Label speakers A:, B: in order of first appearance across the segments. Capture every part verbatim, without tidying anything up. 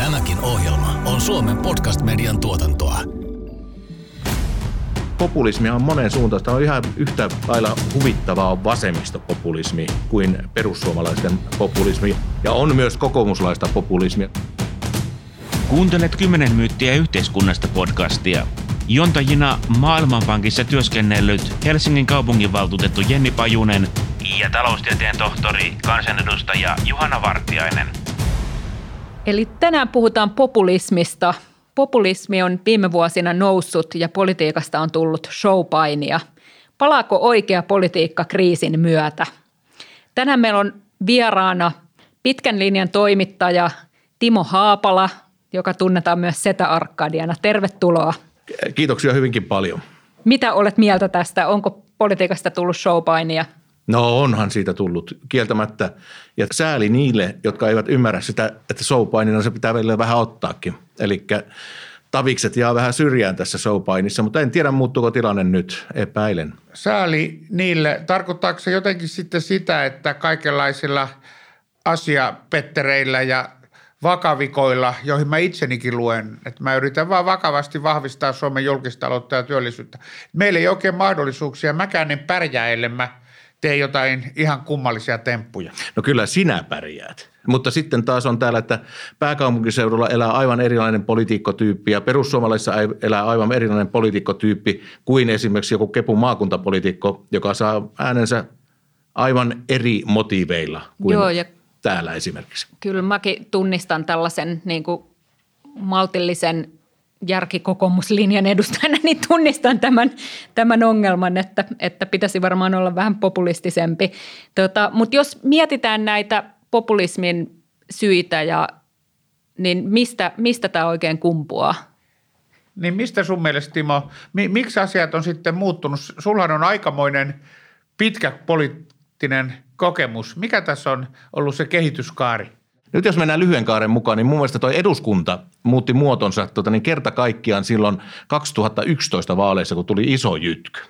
A: Tämäkin ohjelma on Suomen podcast-median tuotantoa.
B: Populismia on moneen suuntaan. Tämä on ihan yhtä lailla huvittavaa on vasemmistopopulismi kuin perussuomalaisten populismi. Ja on myös kokoomuslaista populismia.
C: Kuuntelet kymmenen myyttiä yhteiskunnasta podcastia. Jontajina Maailmanpankissa työskennellyt Helsingin kaupunginvaltuutettu Jenni Pajunen ja taloustieteen tohtori, kansanedustaja Juhana Vartiainen.
D: Eli tänään puhutaan populismista. Populismi on viime vuosina noussut ja politiikasta on tullut showpainia. Palaako oikea politiikka kriisin myötä? Tänään meillä on vieraana pitkän linjan toimittaja Timo Haapala, joka tunnetaan myös Setä-Arkadiana. Tervetuloa.
B: Kiitoksia hyvinkin paljon.
D: Mitä olet mieltä tästä? Onko politiikasta tullut showpainia?
B: No onhan siitä tullut kieltämättä. Ja sääli niille, jotka eivät ymmärrä sitä, että showpainina se pitää välillä vähän ottaakin. Eli tavikset jää vähän syrjään tässä showpainissa, mutta en tiedä muuttuuko tilanne nyt, epäilen.
E: Sääli niille. Tarkoittaako se jotenkin sitten sitä, että kaikenlaisilla asiapettereillä ja vakavikoilla, joihin mä itsenikin luen, että mä yritän vaan vakavasti vahvistaa Suomen julkistaloutta ja työllisyyttä. Meillä ei oikein mahdollisuuksia, mäkään en pärjää, ellei mä tee jotain ihan kummallisia temppuja.
B: No kyllä sinä pärjäät. Mutta sitten taas on täällä, että pääkaupunkiseudulla elää aivan erilainen poliitikkotyyppi ja perussuomalaisissa elää aivan erilainen poliitikkotyyppi kuin esimerkiksi joku Kepun maakuntapoliitikko, joka saa äänensä aivan eri motiiveilla kuin Joo, ja täällä esimerkiksi.
D: Kyllä mäkin tunnistan tällaisen niin kuin maltillisen järkikokoomuslinjan edustajana, niin tunnistan tämän, tämän ongelman, että, että pitäisi varmaan olla vähän populistisempi. Tota, mutta jos mietitään näitä populismin syitä, ja, niin mistä, mistä tämä oikein kumpuaa?
E: Niin mistä sun mielestä, Timo, mi, miksi asiat on sitten muuttunut? Sullahan on aikamoinen pitkä poliittinen kokemus. Mikä tässä on ollut se kehityskaari?
B: Nyt jos mennään lyhyen kaaren mukaan, niin mun mielestä toi eduskunta muutti muotonsa tota, niin kerta kaikkiaan silloin kaksituhattayksitoista vaaleissa, kun tuli iso jytky.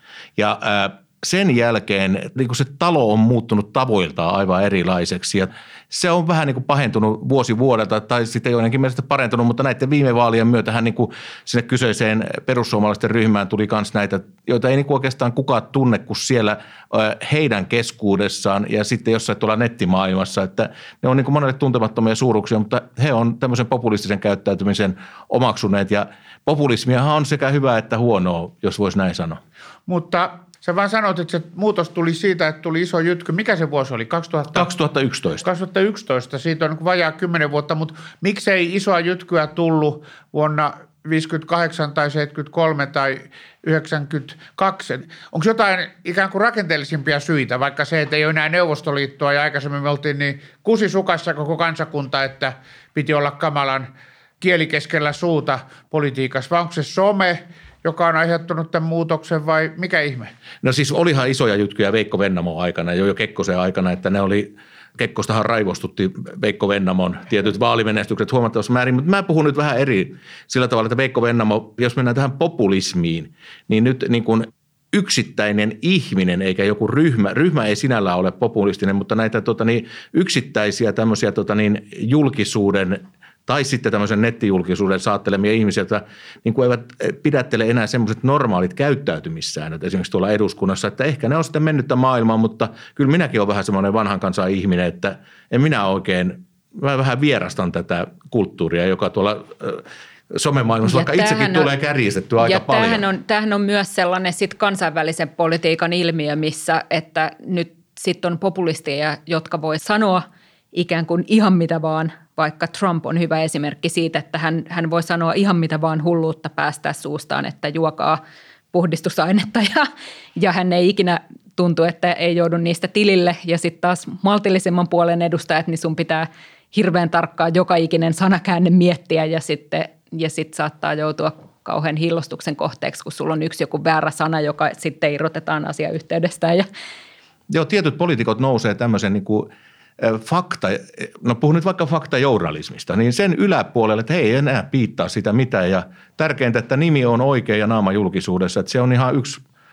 B: Ja ää, sen jälkeen niin kun se talo on muuttunut tavoiltaan aivan erilaiseksi ja se on vähän niin kuin pahentunut vuosi vuodelta tai sitten joidenkin mielestä parentunut, mutta näiden viime vaalien myötähän niin kuin sinne kyseiseen perussuomalaisten ryhmään tuli myös näitä, joita ei niin kuin oikeastaan kukaan tunne kuin siellä heidän keskuudessaan ja sitten jossain tuolla nettimaailmassa, että ne on niin kuin monelle tuntemattomia suuruuksia, mutta he on tämmöisen populistisen käyttäytymisen omaksuneet ja populismiahan on sekä hyvää että huonoa, jos voisi näin sanoa.
E: Mutta sä vaan sanoit, että se muutos tuli siitä, että tuli iso jytky. Mikä se vuosi oli? kaksituhatta
B: kaksituhattayksitoista.
E: kaksituhattayksitoista. Siitä on vajaa kymmenen vuotta, mutta miksei isoa jytkyä tullut vuonna viisikymmentäkahdeksan tai seitsemänkymmentäkolme tai yhdeksänkymmentäkaksi? Onko jotain ikään kuin rakenteellisimpia syitä, vaikka se, että ei ole enää Neuvostoliittoa ja aikaisemmin me oltiin niin kusisukassa koko kansakunta, että piti olla kamalan kieli keskellä suuta politiikassa, vai onko se some, joka on aiheuttanut tämän muutoksen vai mikä ihme?
B: No siis olihan isoja jytkyjä Veikko Vennamon aikana, jo jo Kekkosen aikana, että ne oli, Kekkostahan raivostutti Veikko Vennamon tietyt vaalimenestykset huomattavassa määrin, mutta mä puhun nyt vähän eri sillä tavalla, että Veikko Vennamo, jos mennään tähän populismiin, niin nyt niin kuin yksittäinen ihminen eikä joku ryhmä, ryhmä ei sinällään ole populistinen, mutta näitä tota niin, yksittäisiä tämmöisiä tota niin, julkisuuden tai sitten tämmöisen nettijulkisuuden saattelemia ihmisiä, jotka niin kuin eivät pidättele enää semmoiset normaalit käyttäytymissäännöt esimerkiksi tuolla eduskunnassa, että ehkä ne on sitten mennyttä maailmaa, mutta kyllä minäkin olen vähän semmoinen vanhan kansan ihminen, että en minä oikein, mä vähän vierastan tätä kulttuuria, joka tuolla somemaailmassa, vaikka itsekin on, tulee kärjistettyä aika
D: ja
B: paljon.
D: Tämähän on, tämähän on myös sellainen sit kansainvälisen politiikan ilmiö, missä että nyt sitten on populisteja, jotka voi sanoa ikään kuin ihan mitä vaan, vaikka Trump on hyvä esimerkki siitä, että hän, hän voi sanoa ihan mitä vaan hulluutta päästää suustaan, että juokaa puhdistusainetta ja, ja hän ei ikinä tuntu, että ei joudu niistä tilille. Ja sitten taas maltillisemman puolen edustajat, niin sun pitää hirveän tarkkaan joka ikinen sanakäänne miettiä ja sitten ja sit saattaa joutua kauhean hillostuksen kohteeksi, kun sulla on yksi joku väärä sana, joka sitten irrotetaan asiayhteydestään. Ja
B: Joo, tietyt poliitikot nousee tämmöisen niin kuin fakta, no puhun nyt vaikka faktajournalismista, niin sen yläpuolelle, että he ei enää piittaa sitä mitään ja tärkeintä, että nimi on oikein ja naama julkisuudessa, että se on ihan yksi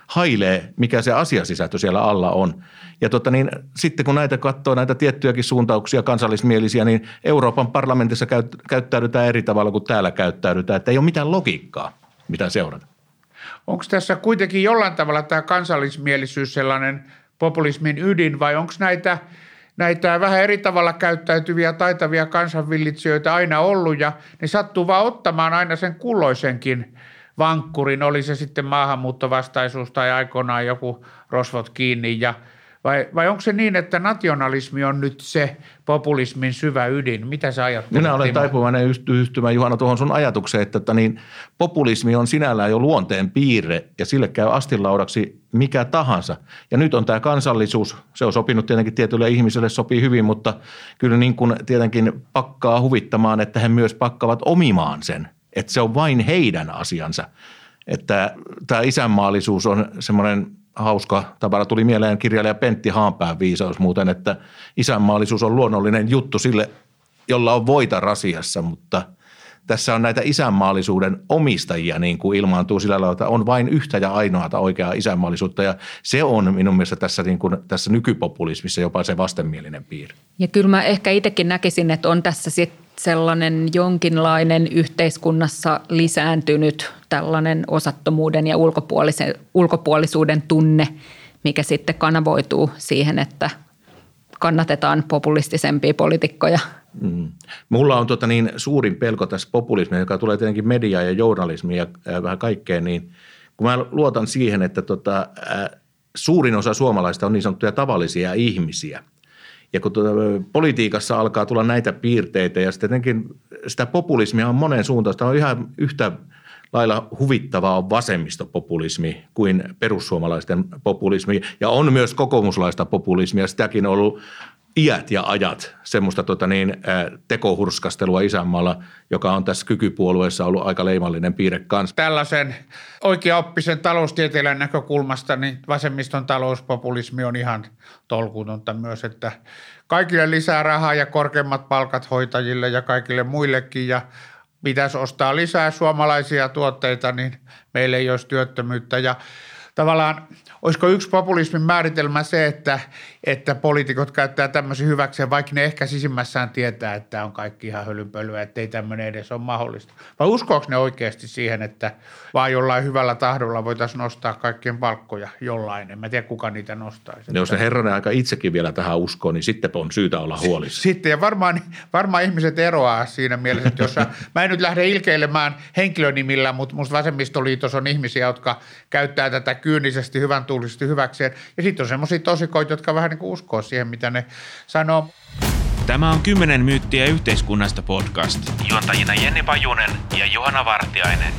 B: hailee, mikä se asiasisältö siellä alla on. Ja tota niin, sitten kun näitä katsoo, näitä tiettyjäkin suuntauksia kansallismielisiä, niin Euroopan parlamentissa käyt, käyttäydytään eri tavalla kuin täällä käyttäydytään, että ei ole mitään logiikkaa, mitä seurata.
E: Onko tässä kuitenkin jollain tavalla tämä kansallismielisyys sellainen populismin ydin vai onko näitä, näitä vähän eri tavalla käyttäytyviä taitavia kansanvillitsijöitä aina ollut ja ne sattuu vaan ottamaan aina sen kulloisenkin vankkurin, oli se sitten maahanmuuttovastaisuus tai aikoinaan joku rosvot kiinni ja Vai, vai onko se niin, että nationalismi on nyt se populismin syvä ydin? Mitä sä ajattelet,
B: Minä olen
E: Timo?
B: taipuvainen yhtymään, Juhana, tuohon sun ajatukseen, että, että niin, populismi on sinällään jo luonteen piirre ja sille käy astinlaudaksi mikä tahansa. Ja nyt on tämä kansallisuus, se on sopinut tietenkin tietyille ihmisille, sopii hyvin, mutta kyllä niin kuin tietenkin pakkaa huvittamaan, että he myös pakkavat omimaan sen, että se on vain heidän asiansa. Että tämä isänmaallisuus on semmoinen hauska tavara. Tuli mieleen kirjailija Pentti Haanpään viisaus muuten, että isänmaallisuus on luonnollinen juttu sille, jolla on voita rasiassa, mutta tässä on näitä isänmaallisuuden omistajia, niin kuin ilmaantuu sillä lailla, että on vain yhtä ja ainoata oikeaa isänmaallisuutta ja se on minun mielestä tässä, niin kuin, tässä nykypopulismissa jopa se vastenmielinen piirre. Ja
D: kyllä mä ehkä itsekin näkisin, että on tässä sitten sellainen jonkinlainen yhteiskunnassa lisääntynyt tällainen osattomuuden ja ulkopuolisuuden tunne, mikä sitten kanavoituu siihen, että kannatetaan populistisempia poliitikkoja.
B: Mm. Mulla on tota niin, suurin pelko tässä populismia, joka tulee tietenkin mediaan ja journalismiin ja äh, vähän kaikkeen, niin kun mä luotan siihen, että tota, äh, suurin osa suomalaista on niin sanottuja tavallisia ihmisiä. Ja kun tuota, politiikassa alkaa tulla näitä piirteitä ja sitten tietenkin sitä populismia on monen suuntaan, sitä on ihan yhtä lailla huvittavaa on vasemmistopopulismi kuin perussuomalaisten populismi ja on myös kokoomuslaista populismia, sitäkin on ollut iät ja ajat semmoista tota niin, tekohurskastelua isänmaalla, joka on tässä kykypuolueessa ollut aika leimallinen piirre kanssa.
E: Tällaisen oikeaoppisen taloustieteilijän näkökulmasta niin vasemmiston talouspopulismi on ihan tolkutonta myös, että kaikille lisää rahaa ja korkeammat palkat hoitajille ja kaikille muillekin ja pitäisi ostaa lisää suomalaisia tuotteita, niin meillä ei olisi työttömyyttä ja tavallaan olisiko yksi populismin määritelmä se, että, että poliitikot käyttää tämmöisen hyväkseen, vaikka ne ehkä sisimmässään tietää, että tämä on kaikki ihan hölynpölyä, että ei tämmöinen edes ole mahdollista. Vai uskoako ne oikeasti siihen, että vaan jollain hyvällä tahdolla voitaisiin nostaa kaikkien palkkoja jollain? En mä tiedä, kuka niitä nostaisi.
B: Jos se herranen aika itsekin vielä tähän uskoo, niin sitten on syytä olla huolissa.
E: Sitten ja varmaan, varmaan ihmiset eroaa siinä mielessä, että jos mä en nyt lähde ilkeilemään henkilönimillä, mutta musta vasemmistoliitossa on ihmisiä, jotka käyttää tätä kyynisesti hyvän tuulisesti hyväkseen. Ja sitten on semmoisia tosikoita, jotka vähän niin kuin uskoo siihen, mitä ne sanoo.
C: Tämä on kymmenen myyttiä yhteiskunnasta podcast. Juontajina Jenni Pajunen ja Juhana Vartiainen.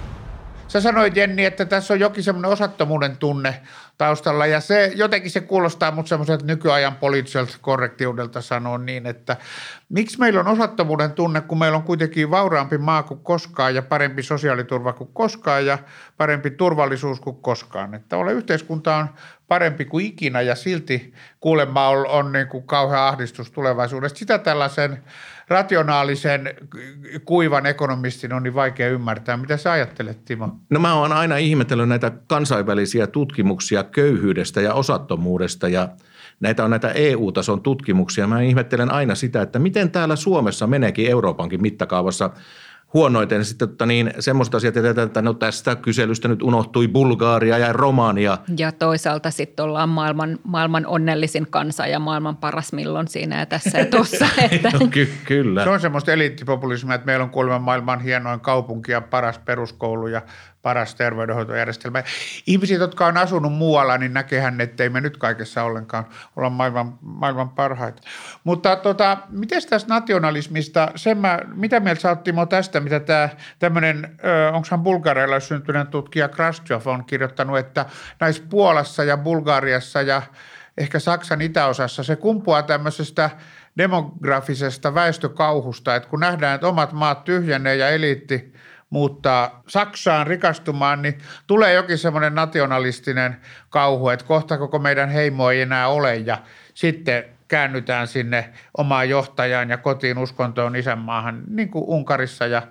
E: Sä sanoit, Jenni, että tässä on jokin semmoinen osattomuuden tunne taustalla ja se jotenkin se kuulostaa mut semmoiselta nykyajan poliittiselta korrektiudelta sanoa niin, että miksi meillä on osattomuuden tunne, kun meillä on kuitenkin vauraampi maa kuin koskaan ja parempi sosiaaliturva kuin koskaan ja parempi turvallisuus kuin koskaan. Että ole yhteiskunta on parempi kuin ikinä ja silti kuulemma on, on niin kuin kauhea ahdistus tulevaisuudesta. Sitä tällaisen rationaalisen kuivan ekonomistin on niin vaikea ymmärtää. Mitä sä ajattelet, Timo?
B: No mä oon aina ihmetellyt näitä kansainvälisiä tutkimuksia köyhyydestä ja osattomuudesta ja näitä on näitä E U-tason tutkimuksia. Mä ihmettelen aina sitä, että miten täällä Suomessa meneekin Euroopankin mittakaavassa huonoiten. Sitten että niin, semmoista asiat, että no tästä kyselystä nyt unohtui Bulgaria ja Romania.
D: Ja toisaalta sitten ollaan maailman, maailman onnellisin kansa ja maailman paras milloin siinä ja tässä ja tuossa. Että.
B: No, ky- kyllä.
E: Se on semmoista eliittipopulismia, että meillä on kuulemma maailman hienoin kaupunki ja paras peruskoulu ja paras terveydenhoitojärjestelmä. Ihmiset, jotka on asunut muualla, niin näkehän, että ei me nyt kaikessa ollenkaan olla maailman, maailman parhaita. Mutta tota, miten tästä nationalismista, sen mä, mitä mieltä sä oot, Timo, tästä, mitä tämä tämmöinen, onkohan Bulgarialla syntyneen tutkija Krastjov on kirjoittanut, että näissä Puolassa ja Bulgariassa ja ehkä Saksan itäosassa se kumpuaa tämmöisestä demografisesta väestökauhusta, että kun nähdään, että omat maat tyhjenee ja eliitti muuttaa Saksaan rikastumaan, niin tulee jokin semmoinen nationalistinen kauhu, että kohta koko meidän heimo ei enää ole ja sitten käännytään sinne omaan johtajaan ja kotiin uskontoon isänmaahan, niin kuin Unkarissa ja,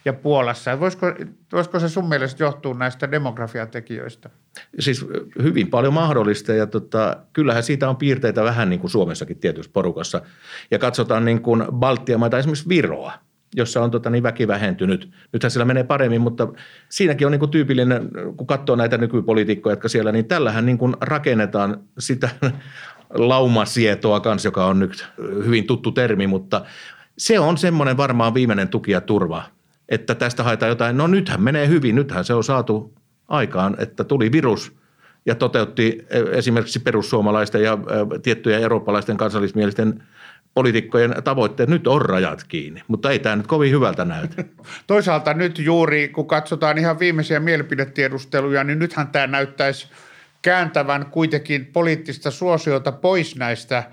E: ja Puolassa. Voisiko, voisiko se sun mielestä johtua näistä demografiatekijöistä?
B: Siis hyvin paljon mahdollista ja tota, kyllähän siitä on piirteitä vähän niin kuin Suomessakin tietyssä porukassa. Ja katsotaan niin kuin Baltian maita, esimerkiksi Viroa, jossa on tota, niin väki vähentynyt. Nythän sillä menee paremmin, mutta siinäkin on niin kuin tyypillinen, kun katsoo näitä nykypoliitikkoja, jotka siellä, niin tällähän niin kuin rakennetaan sitä laumasietoa kanssa, joka on nyt hyvin tuttu termi, mutta se on semmoinen varmaan viimeinen tuki ja turva, että tästä haetaan jotain. No nythän menee hyvin, nythän se on saatu aikaan, että tuli virus ja toteutti esimerkiksi perussuomalaisten ja tiettyjen eurooppalaisten kansallismielisten poliitikkojen tavoitteet. Nyt on rajat kiinni, mutta ei tämä nyt kovin hyvältä näytä.
E: Toisaalta nyt juuri, kun katsotaan ihan viimeisiä mielipidetiedusteluja, niin nythän tämä näyttäisi kääntävän kuitenkin poliittista suosiota pois näistä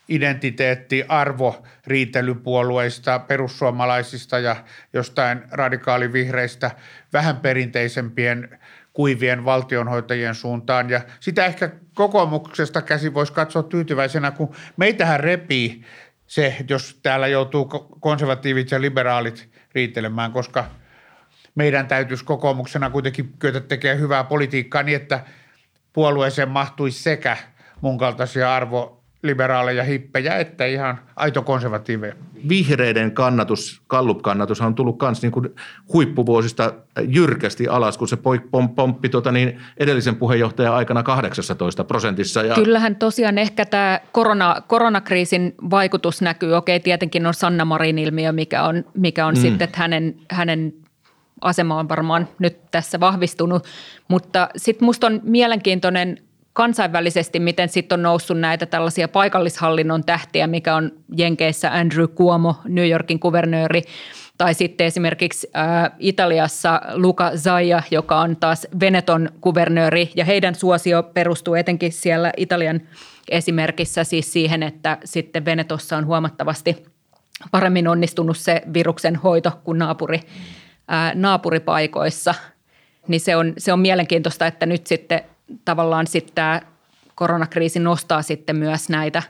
E: identiteetti-arvoriitelypuolueista, perussuomalaisista ja jostain radikaalivihreistä vähän perinteisempien kuivien valtionhoitajien suuntaan. Ja sitä ehkä kokoomuksesta käsin voisi katsoa tyytyväisenä, kun meitähän repii se, jos täällä joutuu konservatiivit ja liberaalit riitelemään, koska meidän täytyisi kokoomuksena kuitenkin kyetä tekemään hyvää politiikkaa niin, että puolueeseen mahtuisi sekä mun kaltaisia arvoliberaaleja hippejä, että ihan aito konservatiiveja.
B: Vihreiden kannatus, Gallup-kannatus on tullut myös niin kuin huippuvuosista jyrkästi alas, kun se pomppi tuota niin edellisen puheenjohtajan aikana kahdeksantoista prosentissa. Ja
D: kyllähän tosiaan ehkä tämä korona, koronakriisin vaikutus näkyy. Okei, tietenkin on Sanna Marin ilmiö, mikä on, mikä on mm. sitten, että hänen, hänen asema on varmaan nyt tässä vahvistunut, mutta sitten musta on mielenkiintoinen kansainvälisesti, miten sitten on noussut näitä tällaisia paikallishallinnon tähtiä, mikä on Jenkeissä Andrew Cuomo, New Yorkin kuvernööri, tai sitten esimerkiksi ä, Italiassa Luca Zaia, joka on taas Veneton kuvernööri, ja heidän suosio perustuu etenkin siellä Italian esimerkissä siis siihen, että sitten Venetossa on huomattavasti paremmin onnistunut se viruksen hoito kuin naapuri, ä, naapuripaikoissa, niin se on, se on mielenkiintoista, että nyt sitten tavallaan sitten tämä koronakriisi nostaa sitten myös näitä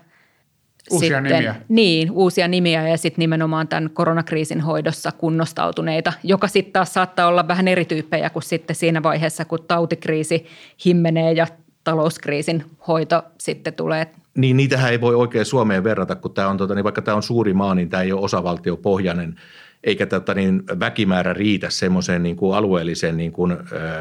E: uusia
D: sitten,
E: nimiä.
D: Niin, uusia nimiä ja sitten nimenomaan tämän koronakriisin hoidossa kunnostautuneita, joka sitten taas saattaa olla vähän eri tyyppejä kuin sitten siinä vaiheessa, kun tautikriisi himmenee ja talouskriisin hoito sitten tulee.
B: Niin, niitähän ei voi oikein Suomeen verrata, kun tämä on, tota, niin vaikka tämä on suuri maa, niin tämä ei ole osavaltiopohjainen, eikä tota, niin, väkimäärä riitä semmoiseen niin kuin alueelliseen niin kuin, äh,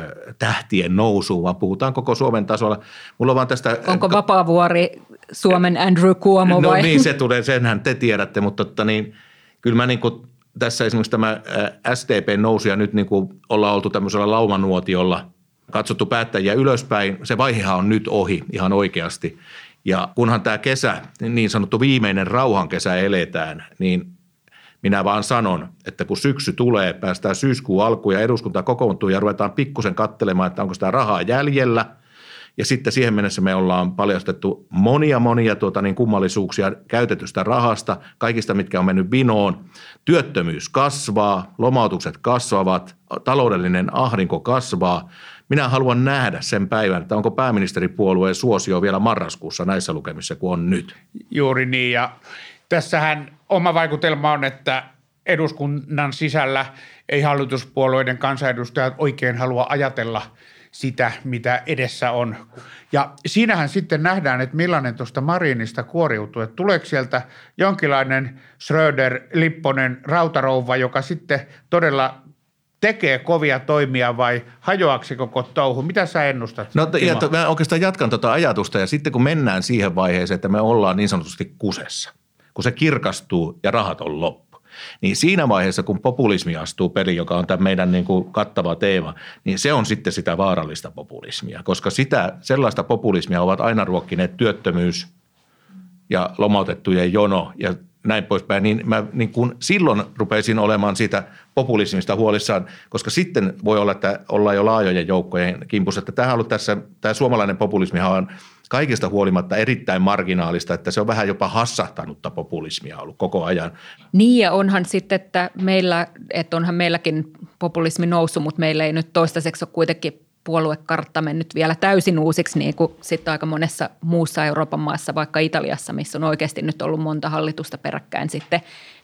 B: tähtien nousuun, vaan puhutaan koko Suomen tasolla. Mulla on vaan tästä,
D: onko Vapaavuori Suomen Andrew Cuomo vai?
B: No niin, se tulee, senhän te tiedätte, mutta tota, niin, kyllä mä niin kuin, tässä esimerkiksi tämä äh, S D P:n nousu ja nyt niin kuin ollaan oltu tämmöisellä laumanuotiolla, katsottu päättäjiä ylöspäin, se vaihehan on nyt ohi ihan oikeasti. Ja kunhan tämä kesä, niin sanottu viimeinen rauhan kesä eletään, niin minä vaan sanon, että kun syksy tulee, päästään syyskuun alkuun ja eduskunta kokoontuu ja ruvetaan pikkusen katselemaan, että onko sitä rahaa jäljellä. Ja sitten siihen mennessä me ollaan paljastettu monia, monia tuota, niin kummallisuuksia käytetystä rahasta, kaikista mitkä on mennyt vinoon. Työttömyys kasvaa, lomautukset kasvavat, taloudellinen ahdinko kasvaa. Minä haluan nähdä sen päivän, että onko pääministeripuolueen suosio vielä marraskuussa näissä lukemissa kuin on nyt.
E: Juuri niin, ja tässähän oma vaikutelma on, että eduskunnan sisällä ei hallituspuolueiden kansanedustajat oikein halua ajatella sitä, mitä edessä on. Ja siinähän sitten nähdään, että millainen tuosta Marinista kuoriutuu, että tuleeko sieltä jonkinlainen Schröder-Lipponen rautarouva, joka sitten todella tekee kovia toimia vai hajoaksi koko touhu? Mitä sä ennustat?
B: No ja, mä oikeastaan jatkan tuota ajatusta ja sitten kun mennään siihen vaiheeseen, että me ollaan niin sanotusti kusessa, kun se kirkastuu ja rahat on loppu, niin siinä vaiheessa, kun populismi astuu peliin, joka on tämä meidän niin kuin kattava teema, niin se on sitten sitä vaarallista populismia, koska sitä, sellaista populismia ovat aina ruokkineet työttömyys ja lomautettujen jono ja näin poispäin, niin mä niin kun silloin rupeisin olemaan siitä populismista huolissaan, koska sitten voi olla, että ollaan jo laajojen joukkojen kimpussa, että tämä on ollut tässä, tämä suomalainen populismihan on kaikista huolimatta erittäin marginaalista, että se on vähän jopa hassahtanutta populismia ollut koko ajan.
D: Niin ja onhan sitten, että meillä, että onhan meilläkin populismi noussut, mutta meillä ei nyt toistaiseksi ole kuitenkin puoluekartta mennyt vielä täysin uusiksi, niin kuin sitten aika monessa muussa Euroopan maassa, vaikka Italiassa, missä on oikeasti nyt ollut monta hallitusta peräkkäin sitten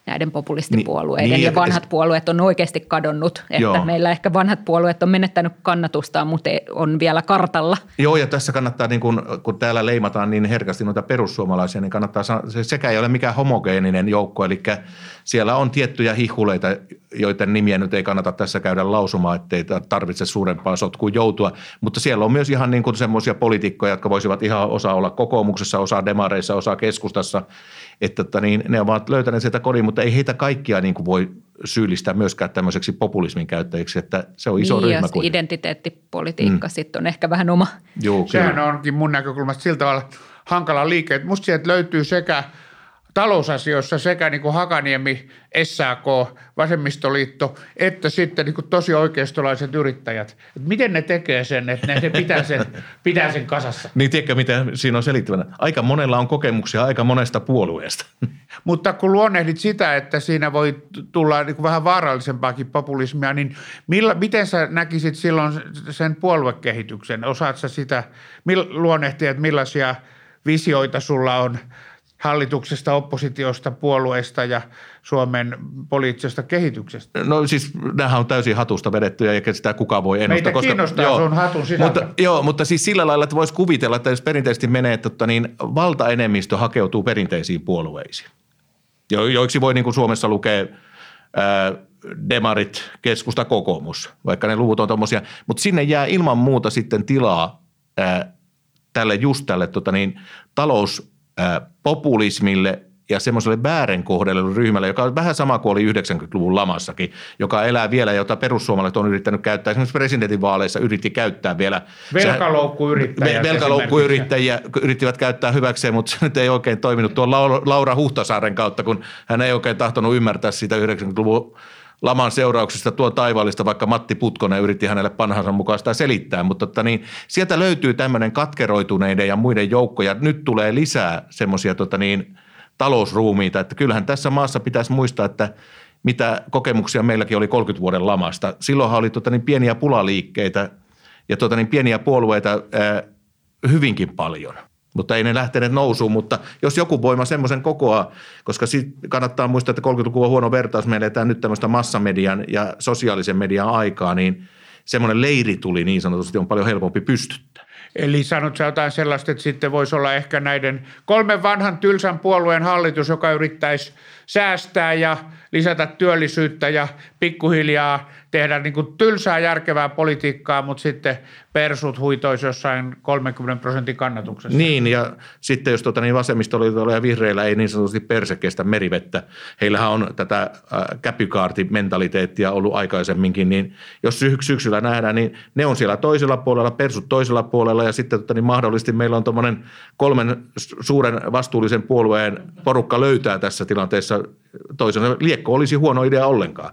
D: näiden populistipuolueiden
B: niin,
D: ja
B: niin,
D: vanhat
B: et,
D: puolueet on oikeasti kadonnut. Että
B: joo.
D: meillä ehkä vanhat puolueet on menettänyt kannatustaan, mutta on vielä kartalla.
B: Joo, ja tässä kannattaa, niin kun, kun täällä leimataan niin herkästi noita perussuomalaisia, niin kannattaa sanoa, se sekä ei ole mikään homogeeninen joukko, eli siellä on tiettyjä hihuleita, joiden nimiä nyt ei kannata tässä käydä lausumaan, ettei tarvitse suurempaan sotkuun joutua, mutta siellä on myös ihan niin kuin semmoisia poliitikkoja, jotka voisivat ihan osa olla kokoomuksessa, osa demareissa, osa keskustassa, että, että niin, ne ovat löytäneet sieltä kodin, mutta ei heitä kaikkia niin kuin voi syyllistää myöskään tämmöiseksi populismin käyttäjiksi, että se on iso
D: niin,
B: ryhmä.
D: Ja kuin identiteettipolitiikka mm. sitten on ehkä vähän oma.
B: Joo,
E: Sehän
B: kyllä.
E: onkin mun näkökulmasta sillä tavalla hankala liike, että musta sieltä löytyy sekä talousasioissa sekä niin kuin Hakaniemi, S A K, Vasemmistoliitto, että sitten niin kuin tosi oikeistolaiset yrittäjät. Et miten ne tekee sen, että ne pitää sen, pitää sen kasassa?
B: Niin tiedätkö, mitä siinä on selittävänä? Aika monella on kokemuksia aika monesta puolueesta.
E: Mutta kun luonnehdit sitä, että siinä voi tulla niin kuin vähän vaarallisempaakin populismia, niin millä, miten sä näkisit silloin sen puoluekehityksen? Osaatko sä sitä luonnehtia, että millaisia visioita sulla on hallituksesta, oppositiosta, puolueista ja Suomen poliittisesta kehityksestä?
B: No siis nämähän on täysin hatusta vedettyjä, eikä sitä kukaan voi ennustaa.
E: Meitä
B: koska,
E: kiinnostaa
B: joo,
E: sun hatun sisältö.
B: Mutta, joo, mutta siis sillä lailla, että voisi kuvitella, että jos perinteisesti menee, että niin valtaenemmistö hakeutuu perinteisiin puolueisiin, jo, joiksi voi niin kuin Suomessa lukea ää, demarit, keskusta, kokoomus, vaikka ne luvut on tommosia, mutta sinne jää ilman muuta sitten tilaa ää, tälle just tälle tota niin, talous populismille ja semmoiselle väärin kohdellulle ryhmälle, joka on vähän sama kuin oli yhdeksänkymmentäluvun lamassakin, joka elää vielä, jota perussuomalaiset on yrittänyt käyttää. Esimerkiksi presidentinvaaleissa yritti käyttää vielä.
E: Velkaloukkuyrittäjät.
B: Velkaloukkuyrittäjiä yrittivät käyttää hyväkseen, mutta se nyt ei oikein toiminut tuon Laura Huhtasaaren kautta, kun hän ei oikein tahtonut ymmärtää sitä yhdeksänkymmentäluvun laman seurauksista tuo taivaallista, vaikka Matti Putkonen yritti hänelle panhansa mukaan sitä selittää, mutta että niin, sieltä löytyy tämmöinen katkeroituneiden ja muiden joukkoja. Nyt tulee lisää semmoisia tota niin, talousruumiita, että kyllähän tässä maassa pitäisi muistaa, että mitä kokemuksia meilläkin oli kolmekymmentä vuoden lamasta. Silloinhan oli tota niin, pieniä pulaliikkeitä ja tota niin, pieniä puolueita ää, hyvinkin paljon. Mutta ei ne lähteneet nousuun, mutta jos joku voima semmoisen kokoaa, koska kannattaa muistaa, että kolmekymmentäluvun on huono vertaus, me eletään nyt tämmöistä massamedian ja sosiaalisen median aikaa, niin semmoinen leiri tuli niin sanotusti, on paljon helpompi pystyttää.
E: Eli sanot sä jotain sellaista, että sitten voisi olla ehkä näiden kolmen vanhan tylsän puolueen hallitus, joka yrittäisi säästää ja lisätä työllisyyttä ja pikkuhiljaa tehdä niin kuin tylsää järkevää politiikkaa, mutta sitten persut huitoisi jossain kolmenkymmenen prosentin kannatuksessa.
B: Niin, ja sitten jos tuota, niin vasemmistoliitolla ja vihreillä ei niin sanotusti perse kestä merivettä, heillähän on tätä äh, käpykaartimentaliteettia ollut aikaisemminkin, niin jos sy- syksyllä nähdään, niin ne on siellä toisella puolella, persut toisella puolella, ja sitten tuota, niin mahdollisesti meillä on tuommoinen kolmen suuren vastuullisen puolueen porukka löytää tässä tilanteessa toisena. Liekko olisi huono idea ollenkaan.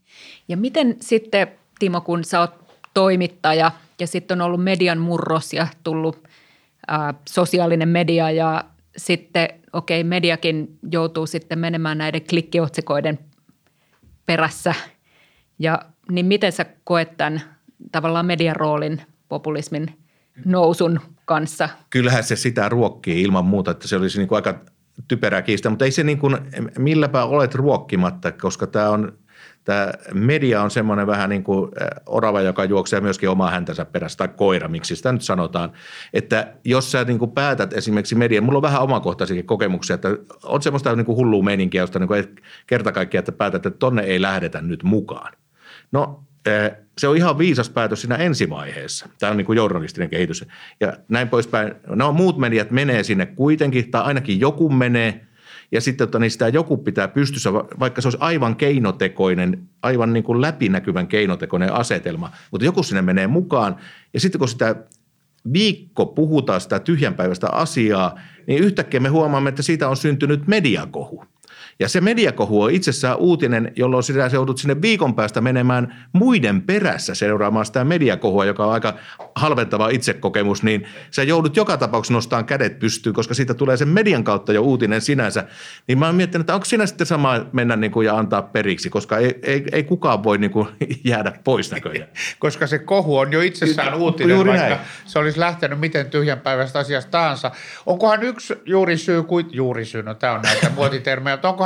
D: Ja miten sitten, Timo, kun sä oot toimittaja ja sitten on ollut median murros ja tullut ää, sosiaalinen media ja sitten, okei, okay, mediakin joutuu sitten menemään näiden klikkiotsikoiden perässä. Ja niin miten sä koet tämän tavallaan median roolin populismin nousun kanssa?
B: Kyllähän se sitä ruokkii ilman muuta, että se olisi niin kuin aika typerää kiistä, mutta ei se niin kuin, milläpä olet ruokkimatta, koska tämä on, tämä media on semmoinen vähän niin kuin orava, joka juoksee myöskin omaa häntänsä perässä, tai koira, miksi sitä nyt sanotaan, että jos sä niin kuin päätät esimerkiksi median, mulla on vähän omakohtaisiakin kokemuksia, että on semmoista niin kuin hullua meininkiä, josta niin kuin kerta kaikkiaan, että päätät, että tonne ei lähdetä nyt mukaan. No se on ihan viisas päätös siinä ensivaiheessa. Tämä on niin kuin journalistinen kehitys. Ja näin poispäin. No muut mediat menee sinne kuitenkin, tai ainakin joku menee. Ja sitten että niin sitä joku pitää pystyssä, vaikka se olisi aivan keinotekoinen, aivan niin kuin läpinäkyvän keinotekoinen asetelma. Mutta joku sinne menee mukaan. Ja sitten kun sitä viikko puhutaan sitä tyhjänpäiväistä asiaa, niin yhtäkkiä me huomaamme, että siitä on syntynyt mediakohu. Ja se mediakohu on itsessään uutinen, jolloin sinä joudut sinne viikon päästä menemään muiden perässä seuraamaan sitä mediakohua, joka on aika halventava itsekokemus, niin sä joudut joka tapauksessa nostamaan kädet pystyyn, koska siitä tulee sen median kautta jo uutinen sinänsä. Niin mä oon miettinyt, että onko siinä sitten sama mennä niin kuin ja antaa periksi, koska ei, ei, ei kukaan voi niin kuin jäädä pois näköjään.
E: Koska se kohu on jo itsessään uutinen,
B: Juuri
E: vaikka
B: näin.
E: Se olisi lähtenyt miten tyhjänpäiväistä asiasta tahansa. Onkohan yksi juurisyy, juurisyy, no tämä on näitä muotitermejä, mutta onkohan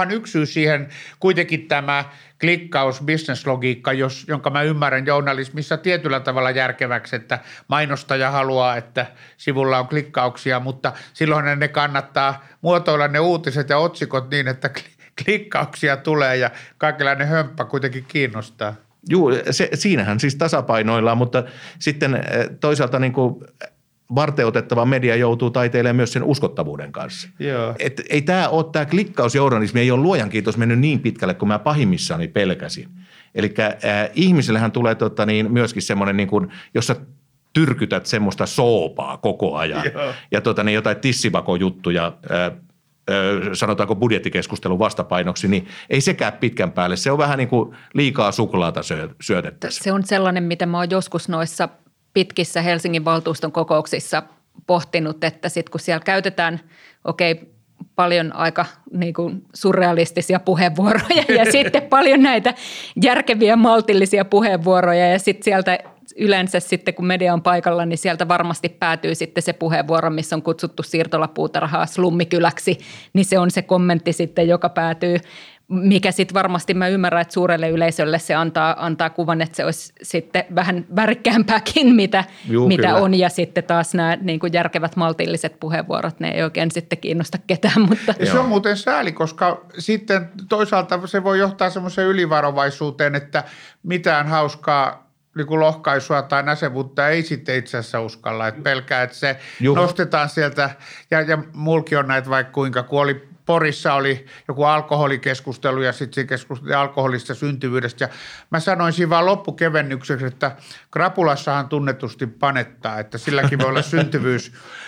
E: vaan yksi syy siihen kuitenkin tämä klikkaus, businesslogiikka, jos, jonka mä ymmärrän journalismissa tietyllä tavalla järkeväksi, että mainostaja haluaa, että sivulla on klikkauksia, mutta silloin ne kannattaa muotoilla ne uutiset ja otsikot niin, että klikkauksia tulee ja kaikenlainen hömppä kuitenkin kiinnostaa.
B: Joo, se, siinähän siis tasapainoillaan, mutta sitten toisaalta niin kuin varteutettava media joutuu taiteilemaan myös sen uskottavuuden kanssa.
E: Joo.
B: Et ei tämä ole, tämä klikkausjournalismi ei ole luojan kiitos mennyt niin pitkälle kuin mä pahimmissani pelkäsin. Eli äh, ihmisellähän tulee tota, niin, myöskin semmoinen, niin kuin, jos sä tyrkytät semmoista soopaa koko ajan Joo. ja tota, niin, jotain tissivakojuttuja, äh, sanotaanko budjettikeskustelun vastapainoksi, niin ei sekään pitkän päälle. Se on vähän niin kuin liikaa suklaata syötettäisiin.
D: Se on sellainen, mitä mä oon joskus noissa pitkissä Helsingin valtuuston kokouksissa pohtinut, että sitten kun siellä käytetään, okei, okay, paljon aika niin kuin surrealistisia puheenvuoroja ja sitten paljon näitä järkeviä, maltillisia puheenvuoroja ja sitten sieltä yleensä sitten, kun media on paikalla, niin sieltä varmasti päätyy sitten se puheenvuoro, missä on kutsuttu siirtolapuutarhaa slummikyläksi, niin se on se kommentti sitten, joka päätyy, mikä sitten varmasti mä ymmärrän, että suurelle yleisölle se antaa, antaa kuvan, että se olisi sitten vähän värikkäämpääkin, mitä, Juu, mitä on, ja sitten taas nämä niin kuin järkevät maltilliset puheenvuorot, ne ei oikein sitten kiinnosta ketään. Mutta.
E: Se on muuten sääli, koska sitten toisaalta se voi johtaa semmoiseen ylivarovaisuuteen, että mitään hauskaa niin kuin lohkaisua tai näsevuutta ei sitten itse asiassa uskalla, että pelkää, että se Juh. nostetaan sieltä, ja, ja mulki on näitä vaikka kuinka, kun oli Porissa oli joku alkoholikeskustelu ja sitten siinä keskusteltiin alkoholista syntyvyydestä, ja mä sanoin siinä vaan loppukevennykseksi, että krapulassahan tunnetusti panettaa, että silläkin voi olla syntyvyys,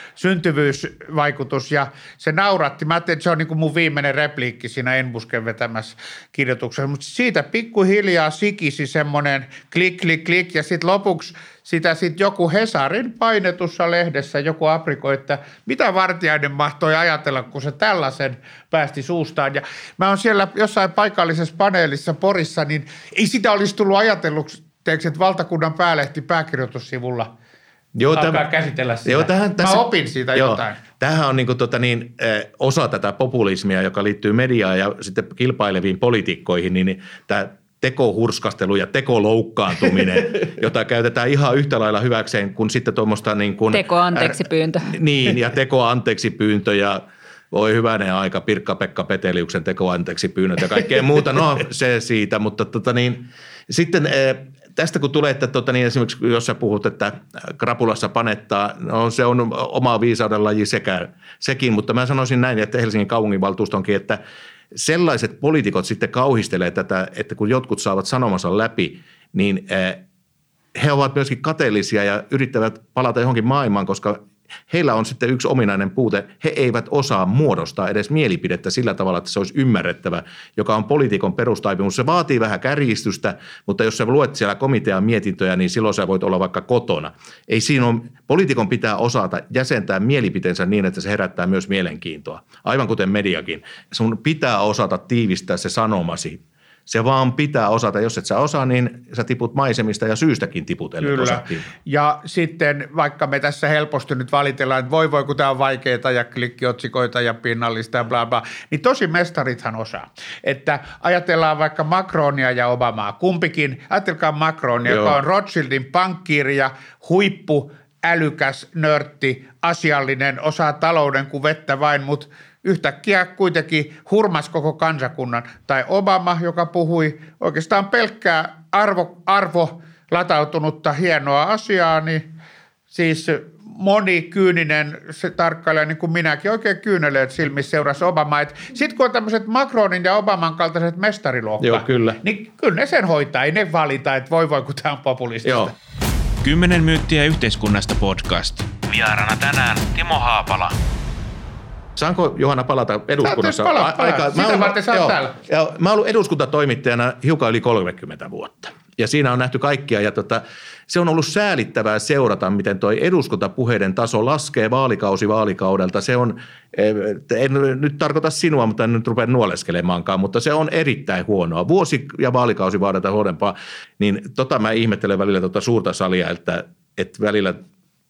E: syntyvyysvaikutus, ja se nauratti. Mä ajattelin, että se on niin kuin mun viimeinen repliikki siinä Enbusken vetämässä kirjoituksessa, mutta siitä pikkuhiljaa sikisi semmoinen klik, klik, klik, ja sitten lopuksi sitä sitten joku Hesarin painetussa lehdessä joku aprikoi, että mitä Vartiainen mahtoi ajatella, kun se tällaisen päästi suustaan. Ja mä oon siellä jossain paikallisessa paneelissa Porissa, niin ei sitä olisi tullut ajatelluksi, että valtakunnan päälehti pääkirjoitussivulla Joo, alkaa tämä, käsitellä sitä. Joo, tähän, tässä, mä opin siitä joo, jotain.
B: Tämähän on niin kuin, tota, niin, osa tätä populismia, joka liittyy mediaan ja sitten kilpaileviin poliitikkoihin, niin, niin tämä tekohurskastelu ja tekoloukkaantuminen, jota käytetään ihan yhtä lailla hyväkseen kuin sitten tuommoista niin kuin
D: tekoanteeksipyyntö.
B: Äh, niin, ja tekoanteeksipyyntö ja voi hyvänen aika, Pirkka-Pekka Peteliuksen tekoanteeksipyynnöt ja kaikkea muuta. No se siitä, mutta tota niin, sitten tästä kun tulee, että tota niin, esimerkiksi jos sä puhut, että krapulassa panettaa, no se on oma viisauden laji sekä, sekin, mutta mä sanoisin näin, että Helsingin kaupunginvaltuustonkin, että sellaiset poliitikot sitten kauhistelee tätä, että kun jotkut saavat sanomansa läpi, niin he ovat myöskin kateellisia ja yrittävät palata johonkin maailmaan, koska heillä on sitten yksi ominainen puute. He eivät osaa muodostaa edes mielipidettä sillä tavalla, että se olisi ymmärrettävä, joka on poliitikon perustaipumus. Se vaatii vähän kärjistystä, mutta jos sä luet siellä komitean mietintöjä, niin silloin sä voit olla vaikka kotona. Ei siinä ole, poliitikon pitää osata jäsentää mielipiteensä niin, että se herättää myös mielenkiintoa. Aivan kuten mediakin. Sun pitää osata tiivistää se sanomasi. Se vaan pitää osata. Jos et sä osaa, niin sä tiput maisemista ja syystäkin tiput.
E: Kyllä. Ja sitten vaikka me tässä helposti nyt valitellaan, että voi voi kun tämä on vaikeaa ja klikkiotsikoita ja pinnallista ja bla bla, niin tosi mestarithan osaa. Että ajatellaan vaikka Macronia ja Obamaa. Kumpikin, ajatelkaa Macronia, Joo. joka on Rothschildin pankkiiri ja huippu, älykäs, nörtti, asiallinen, osaa talouden kuin vettä vain, mutta yhtäkkiä kuitenkin hurmas koko kansakunnan. Tai Obama, joka puhui oikeastaan pelkkää arvo, arvo latautunutta hienoa asiaa, niin siis moni kyyninen se tarkkailija, niin kuin minäkin, oikein kyyneleet silmissä seurasi Obamaa. Sitten kun on tämmöiset Macronin ja Obaman kaltaiset mestariluokka,
B: Joo, kyllä.
E: niin kyllä ne sen hoitaa, ei ne valita, että voi voi, kun tämä on populistista. Joo.
C: Kymmenen myyttiä yhteiskunnasta podcast. Vieraana tänään Timo Haapala.
B: Saanko Johanna palata eduskunnassa?
E: Palaa, palaa. Aika, Sitä ollut, varten sä oot täällä.
B: Ja mä oon ollut eduskuntatoimittajana hiukan yli kolmekymmentä vuotta. Ja siinä on nähty kaikkia. Ja tota, se on ollut säälittävää seurata, miten toi eduskuntapuheiden taso laskee vaalikausi vaalikaudelta. Se on, en nyt tarkoita sinua, mutta en nyt rupea nuoleskelemaankaan, mutta se on erittäin huonoa. Vuosi ja vaalikausi vaaditaan huonompaa. Niin tota mä ihmettelen välillä tota suurta salia, että, että välillä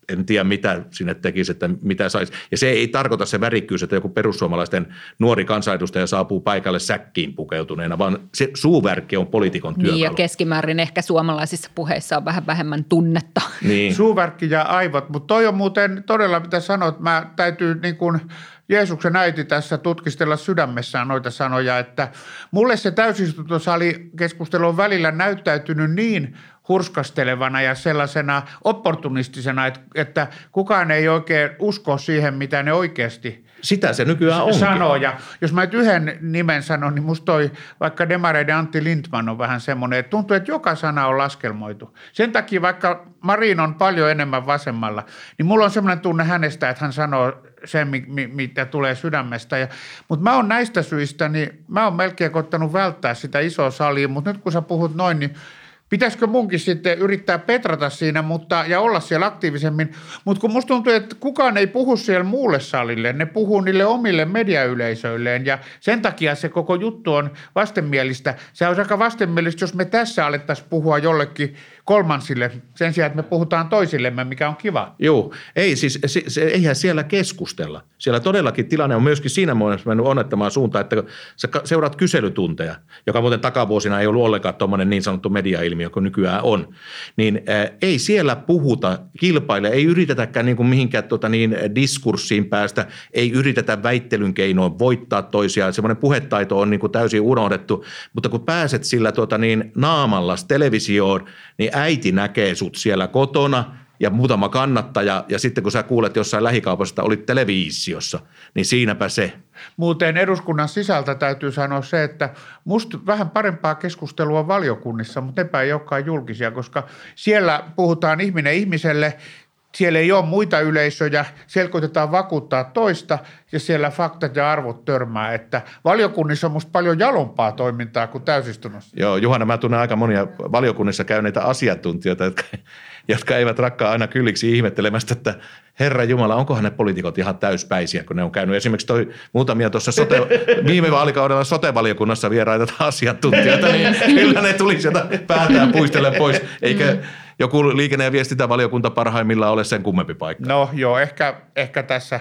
B: en tiedä mitä sinne tekisi, että mitä saisi. Ja se ei tarkoita se värikkyys, että joku perussuomalaisten nuori kansanedustaja saapuu paikalle säkkiin pukeutuneena, vaan se suuvärkki on poliitikon työkalu.
D: Niin ja keskimäärin ehkä suomalaisissa puheissa on vähän vähemmän tunnetta.
E: Niin. Suuvärkki ja aivot, mutta toi on muuten todella mitä sanot, mä täytyy niin kuin Jeesuksen äiti tässä tutkistella sydämessään noita sanoja, että mulle se täysistuntosali keskustelu on välillä näyttäytynyt niin hurskastelevana ja sellaisena opportunistisena, että kukaan ei oikein usko siihen, mitä ne oikeasti
B: sitä se nykyään onkin.
E: Sanoo. Ja jos mä nyt yhden nimen sanon, niin musta toi vaikka demareiden Antti Lindtman on vähän semmoinen, että tuntuu, että joka sana on laskelmoitu. Sen takia vaikka Marin on paljon enemmän vasemmalla, niin mulla on semmoinen tunne hänestä, että hän sanoo sen, mitä tulee sydämestä. Ja, mutta mä oon näistä syistä, niin mä oon melkein koittanut välttää sitä isoa salia, mutta nyt kun sä puhut noin, niin pitäisikö munkin sitten yrittää petrata siinä mutta, ja olla siellä aktiivisemmin, mutta kun musta tuntuu, että kukaan ei puhu siellä muulle salille, ne puhuu niille omille mediayleisöilleen ja sen takia se koko juttu on vastenmielistä. Se on aika vastenmielistä, jos me tässä alettaisiin puhua jollekin kolmansille sen sijaan, että me puhutaan toisillemme, mikä on kiva.
B: Joo, ei siis, se, se, eihän siellä keskustella. Siellä todellakin tilanne on myöskin siinä muodossa mennyt onnettamaan suuntaan, että sä seuraat kyselytunteja, joka muuten takavuosina ei ollut ollenkaan tuommoinen niin sanottu mediailmiö, kuin nykyään on, niin ää, ei siellä puhuta, kilpaile, ei yritetäkään niin kuin mihinkään tuota, niin, diskurssiin päästä, ei yritetä väittelyn keinoin voittaa toisiaan. Semmoinen puhetaito on niin kuin täysin unohdettu, mutta kun pääset sillä tuota, niin, naamallas televisioon, niin äiti näkee sut siellä kotona ja muutama kannattaja, ja sitten kun sä kuulet jossain lähikaupassa, että olit televisiossa, niin siinäpä se.
E: Muuten eduskunnan sisältä täytyy sanoa se, että musta vähän parempaa keskustelua valiokunnissa, mutta nepä ei olekaan julkisia, koska siellä puhutaan ihminen ihmiselle, siellä ei ole muita yleisöjä, siellä koitetaan vakuuttaa toista ja siellä faktat ja arvot törmää, että valiokunnissa on musta paljon jalompaa toimintaa kuin täysistunnossa.
B: Joo, Juhana, mä tunnen aika monia valiokunnissa käyneitä asiantuntijoita, jotka, jotka eivät rakkaa aina kylliksi ihmettelemästä, että Herra Jumala, onkohan ne poliitikot ihan täyspäisiä, kun ne on käynyt. Esimerkiksi toi muutamia tuossa sote, viime vaalikaudella sote-valiokunnassa vieraita asiantuntijoita, niin kyllä ne tuli sieltä päätään puistellen pois, eikä joku liikenne- ja viestintävaliokunta parhaimmillaan ole sen kummempi paikka.
E: No joo, ehkä, ehkä tässä.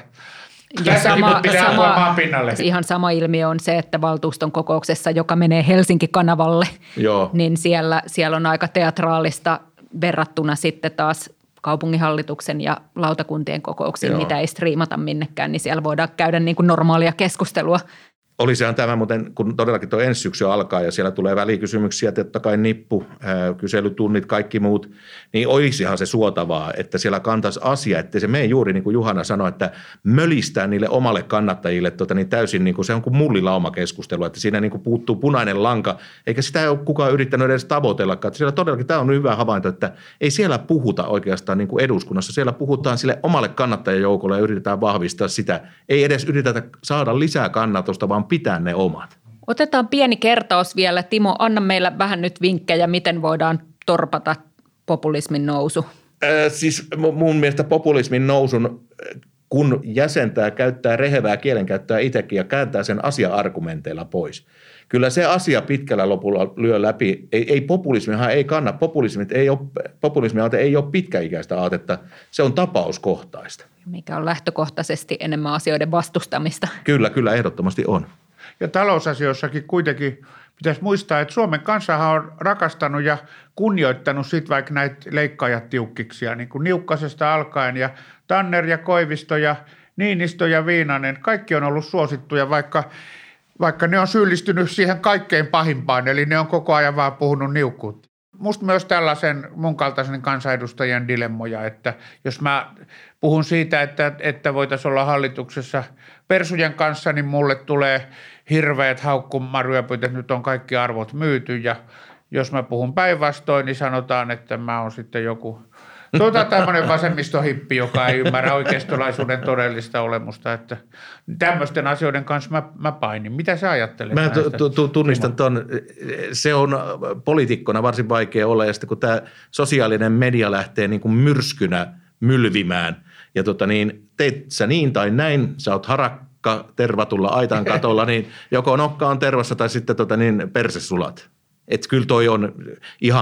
D: Ja sama, sama, ihan sama ilmiö on se, että valtuuston kokouksessa, joka menee Helsinki-kanavalle, Joo. niin siellä, siellä on aika teatraalista verrattuna sitten taas kaupunginhallituksen ja lautakuntien kokouksiin, Joo. mitä ei striimata minnekään, niin siellä voidaan käydä niin kuin normaalia keskustelua.
B: Olisihan tämä muuten, kun todellakin tuo ensi syksy alkaa ja siellä tulee välikysymyksiä, totta kai nippu, ää, kyselytunnit, kaikki muut, niin olisihan se suotavaa, että siellä kantaisi asia, ettei se mene juuri niin kuin Juhana sanoi, että mölistää niille omalle kannattajille tota, niin täysin niin kuin se on kuin mullilauma keskustelu, että siinä niin kuin puuttuu punainen lanka, eikä sitä ei ole kukaan yrittänyt edes tavoitellakaan. Että siellä todellakin tämä on hyvä havainto, että ei siellä puhuta oikeastaan niin kuin eduskunnassa, siellä puhutaan sille omalle kannattajajoukolle ja yritetään vahvistaa sitä, ei edes yritetä saada lisää kannatusta, vaan pitää ne omat.
D: Otetaan pieni kertaus vielä. Timo, anna meillä vähän nyt vinkkejä, miten voidaan torpata populismin nousu.
B: Äh, siis mun mielestä populismin nousun, kun jäsentää, käyttää rehevää kielenkäyttöä itsekin ja kääntää sen asia-argumenteilla pois. Kyllä se asia pitkällä lopulla lyö läpi. Ei, ei populismihan ei kanna. Populismit ei ole, populismi ei ole pitkäikäistä aatetta. Se on tapauskohtaista.
D: Mikä on lähtökohtaisesti enemmän asioiden vastustamista.
B: Kyllä, kyllä ehdottomasti on.
E: Ja talousasioissakin kuitenkin pitäisi muistaa, että Suomen kansahan on rakastanut ja kunnioittanut sit vaikka näitä leikkaajatiukkiksia, niin kuin Niukkasesta alkaen ja Tanner ja Koivisto ja Niinistö ja Viinanen, kaikki on ollut suosittuja, vaikka, vaikka ne on syyllistynyt siihen kaikkein pahimpaan, eli ne on koko ajan vaan puhunut niukkuutta. Musta myös tällaisen mun kaltaisen kansanedustajien dilemmoja, että jos mä puhun siitä, että, että voitaisiin olla hallituksessa persujen kanssa, niin mulle tulee hirveät haukkumaryöpyt, että nyt on kaikki arvot myyty ja jos mä puhun päinvastoin, niin sanotaan, että mä oon sitten joku tuota tämmöinen vasemmistohippi, joka ei ymmärrä oikeistolaisuuden todellista olemusta, että tämmöisten asioiden kanssa mä, mä painin. Mitä sä ajattelet?
B: Mä t- t- tunnistan ton, se on poliitikkona varsin vaikea olla ja sitten kun tämä sosiaalinen media lähtee niin kuin myrskynä mylvimään ja tota niin, teet sä niin tai näin, sä oot harakka tervatulla aitan katolla, niin joko nokka on tervassa tai sitten tota niin persesulat. Että kyllä toi on ihan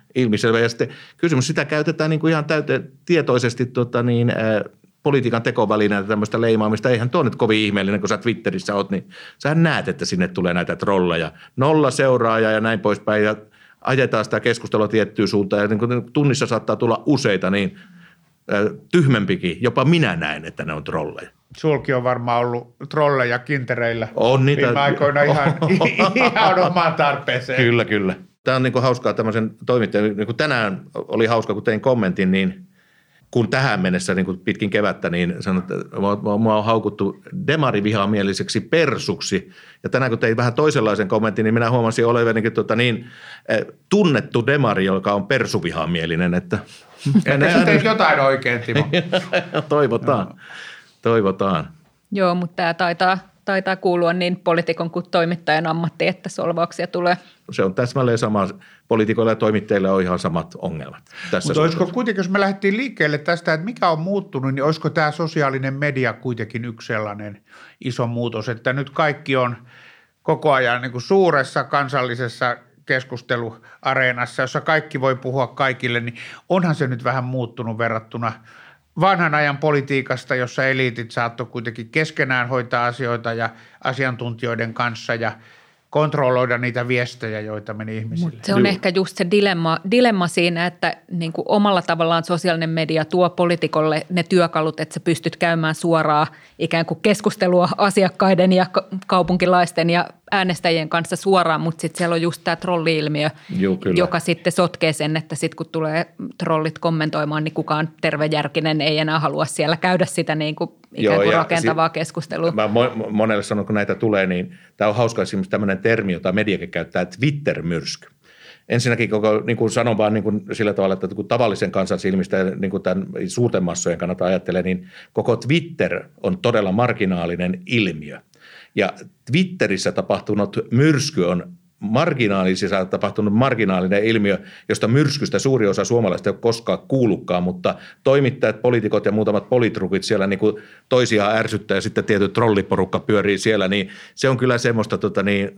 B: ilmiselvä. Ja sitten kysymys, sitä käytetään niin kuin ihan täyte, tietoisesti tota niin, ää, politiikan tekovälineitä, tämmöistä leimaamista. Eihän tuo nyt kovin ihmeellinen, kun sä Twitterissä oot, niin sähän näet, että sinne tulee näitä trolleja. Nolla seuraajaa ja näin poispäin ja ajetaan sitä keskustelua tiettyyn suuntaan. Ja niin kuin tunnissa saattaa tulla useita, niin ää, tyhmempikin. Jopa minä näen, että ne on trolleja. Sulki
E: on varmaan ollut trolleja kintereillä
B: on niitä
E: viime aikoina ihan, ihan omaan tarpeeseen.
B: Kyllä, kyllä. Tämä on niin kuin hauskaa tämmöisen toimittajan. Niin kuin tänään oli hauska, kun tein kommentin, niin kun tähän mennessä niin kuin pitkin kevättä, niin sanon, että mua on haukuttu demarivihamieliseksi persuksi. Ja tänään kun tein vähän toisenlaisen kommentin, niin minä huomasin olevani tota niin, tunnettu demari, joka on persuvihamielinen. Että
E: Että sä teit jotain oikein, Timo.
B: Toivotaan. No. Toivotaan.
D: Joo, mutta tämä taitaa, taitaa kuulua niin poliitikon kuin toimittajan ammatti, että solvauksia tulee.
B: Se on täsmälleen sama. Poliitikoilla ja toimittajilla on ihan samat ongelmat.
E: Mutta olisiko kuitenkin, jos me lähdettiin liikkeelle tästä, että mikä on muuttunut, niin olisiko tämä sosiaalinen media kuitenkin yksi sellainen iso muutos, että nyt kaikki on koko ajan niin kuin suuressa kansallisessa keskusteluareenassa, jossa kaikki voi puhua kaikille, niin onhan se nyt vähän muuttunut verrattuna vanhan ajan politiikasta, jossa eliitit saattoi kuitenkin keskenään hoitaa asioita ja asiantuntijoiden kanssa ja kontrolloida niitä viestejä, joita meni ihmisille.
D: Mut se on Juh. ehkä just se dilemma, dilemma siinä, että niin kuin omalla tavallaan sosiaalinen media tuo poliitikolle ne työkalut, että sä pystyt käymään suoraan ikään kuin keskustelua asiakkaiden ja kaupunkilaisten ja äänestäjien kanssa suoraan, mutta sitten siellä on just tämä trolli-ilmiö, Juh, joka sitten sotkee sen, että sitten kun tulee trollit kommentoimaan, niin kukaan tervejärkinen ei enää halua siellä käydä sitä niin kuin ikään kuin Joo, rakentavaa si- keskustelua.
B: Mä monelle sanon, kun näitä tulee, niin tämä on hauska esimerkiksi tämmöinen termi, jota mediakin käyttää, Twitter-myrsky. Ensinnäkin koko, niin kuin sanon vaan niin kuin sillä tavalla, että kun tavallisen kansan silmistä ja niin kuin tämän suurten massojen kannalta ajattelee, niin koko Twitter on todella marginaalinen ilmiö. Ja Twitterissä tapahtunut myrsky on marginaalisissa tapahtunut marginaalinen ilmiö, josta myrskystä suuri osa suomalaisista ei ole koskaan kuullutkaan, mutta toimittajat, poliitikot ja muutamat politrukit siellä niin kuin toisiaan ärsyttää ja sitten tietty trolliporukka pyörii siellä, niin se on kyllä semmoista tota niin,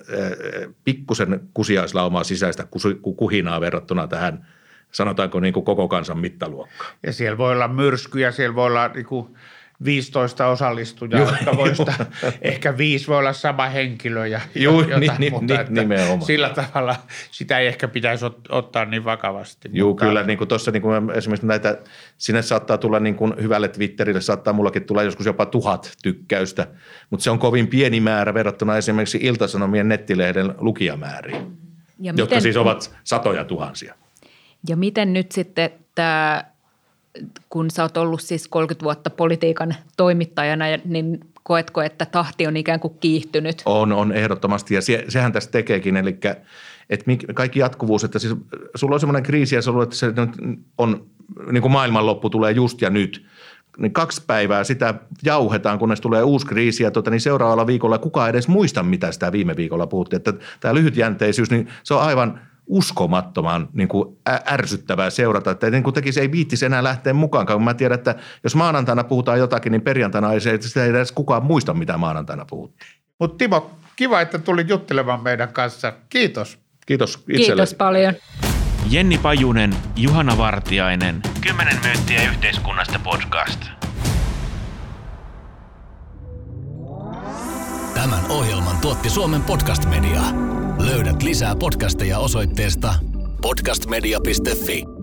B: pikkusen kusiaislaumaa sisäistä kuhinaa verrattuna tähän, sanotaanko niin kuin koko kansan mittaluokkaan.
E: Ja siellä voi olla myrskyjä, siellä voi olla niin kuin viisitoista osallistujaa, jotka voi sitä, ehkä viisi voi olla sama henkilö ja
B: Juu,
E: jotain,
B: niin,
E: mutta
B: niin, nimenomaan.
E: Sillä tavalla sitä ei ehkä pitäisi ot, ottaa niin vakavasti.
B: Joo, mutta kyllä niin kuin tuossa niin kuin esimerkiksi näitä, sinne saattaa tulla niin kuin hyvälle Twitterille, saattaa mullakin tulla joskus jopa tuhat tykkäystä, mutta se on kovin pieni määrä verrattuna esimerkiksi Ilta-Sanomien nettilehden lukijamääriin, ja jotka miten, siis ovat satoja tuhansia.
D: Ja miten nyt sitten tämä, kun sä oot ollut siis kolmekymmentä vuotta politiikan toimittajana, niin koetko, että tahti on ikään kuin kiihtynyt?
B: On, on ehdottomasti ja se, sehän tässä tekeekin, eli että kaikki jatkuvuus, että siis sulla on semmoinen kriisi ja sulla, että se on niin kuin maailmanloppu tulee just ja nyt, niin kaksi päivää sitä jauhetaan, kunnes tulee uusi kriisi ja tota, niin seuraavalla viikolla kukaan ei edes muista, mitä sitä viime viikolla puhuttiin, että tämä lyhytjänteisyys, niin se on aivan uskomattoman niin kuin ärsyttävää seurata, että niin kuin tekisi, ei viittisi enää lähteä mukaankaan, kun mä tiedän, että jos maanantaina puhutaan jotakin, niin perjantaina ei, sitä ei edes kukaan muista, mitä maanantaina puhuttiin.
E: Mutta Timo, kiva, että tulit juttelemaan meidän kanssa. Kiitos.
B: Kiitos itsellesi.
D: Kiitos paljon.
C: Jenni Pajunen, Juhana Vartiainen. Kymmenen myyttiä yhteiskunnasta podcast.
A: Tämän ohjelman tuotti Suomen Podcast Media. Löydät lisää podcasteja osoitteesta podcast media piste fi.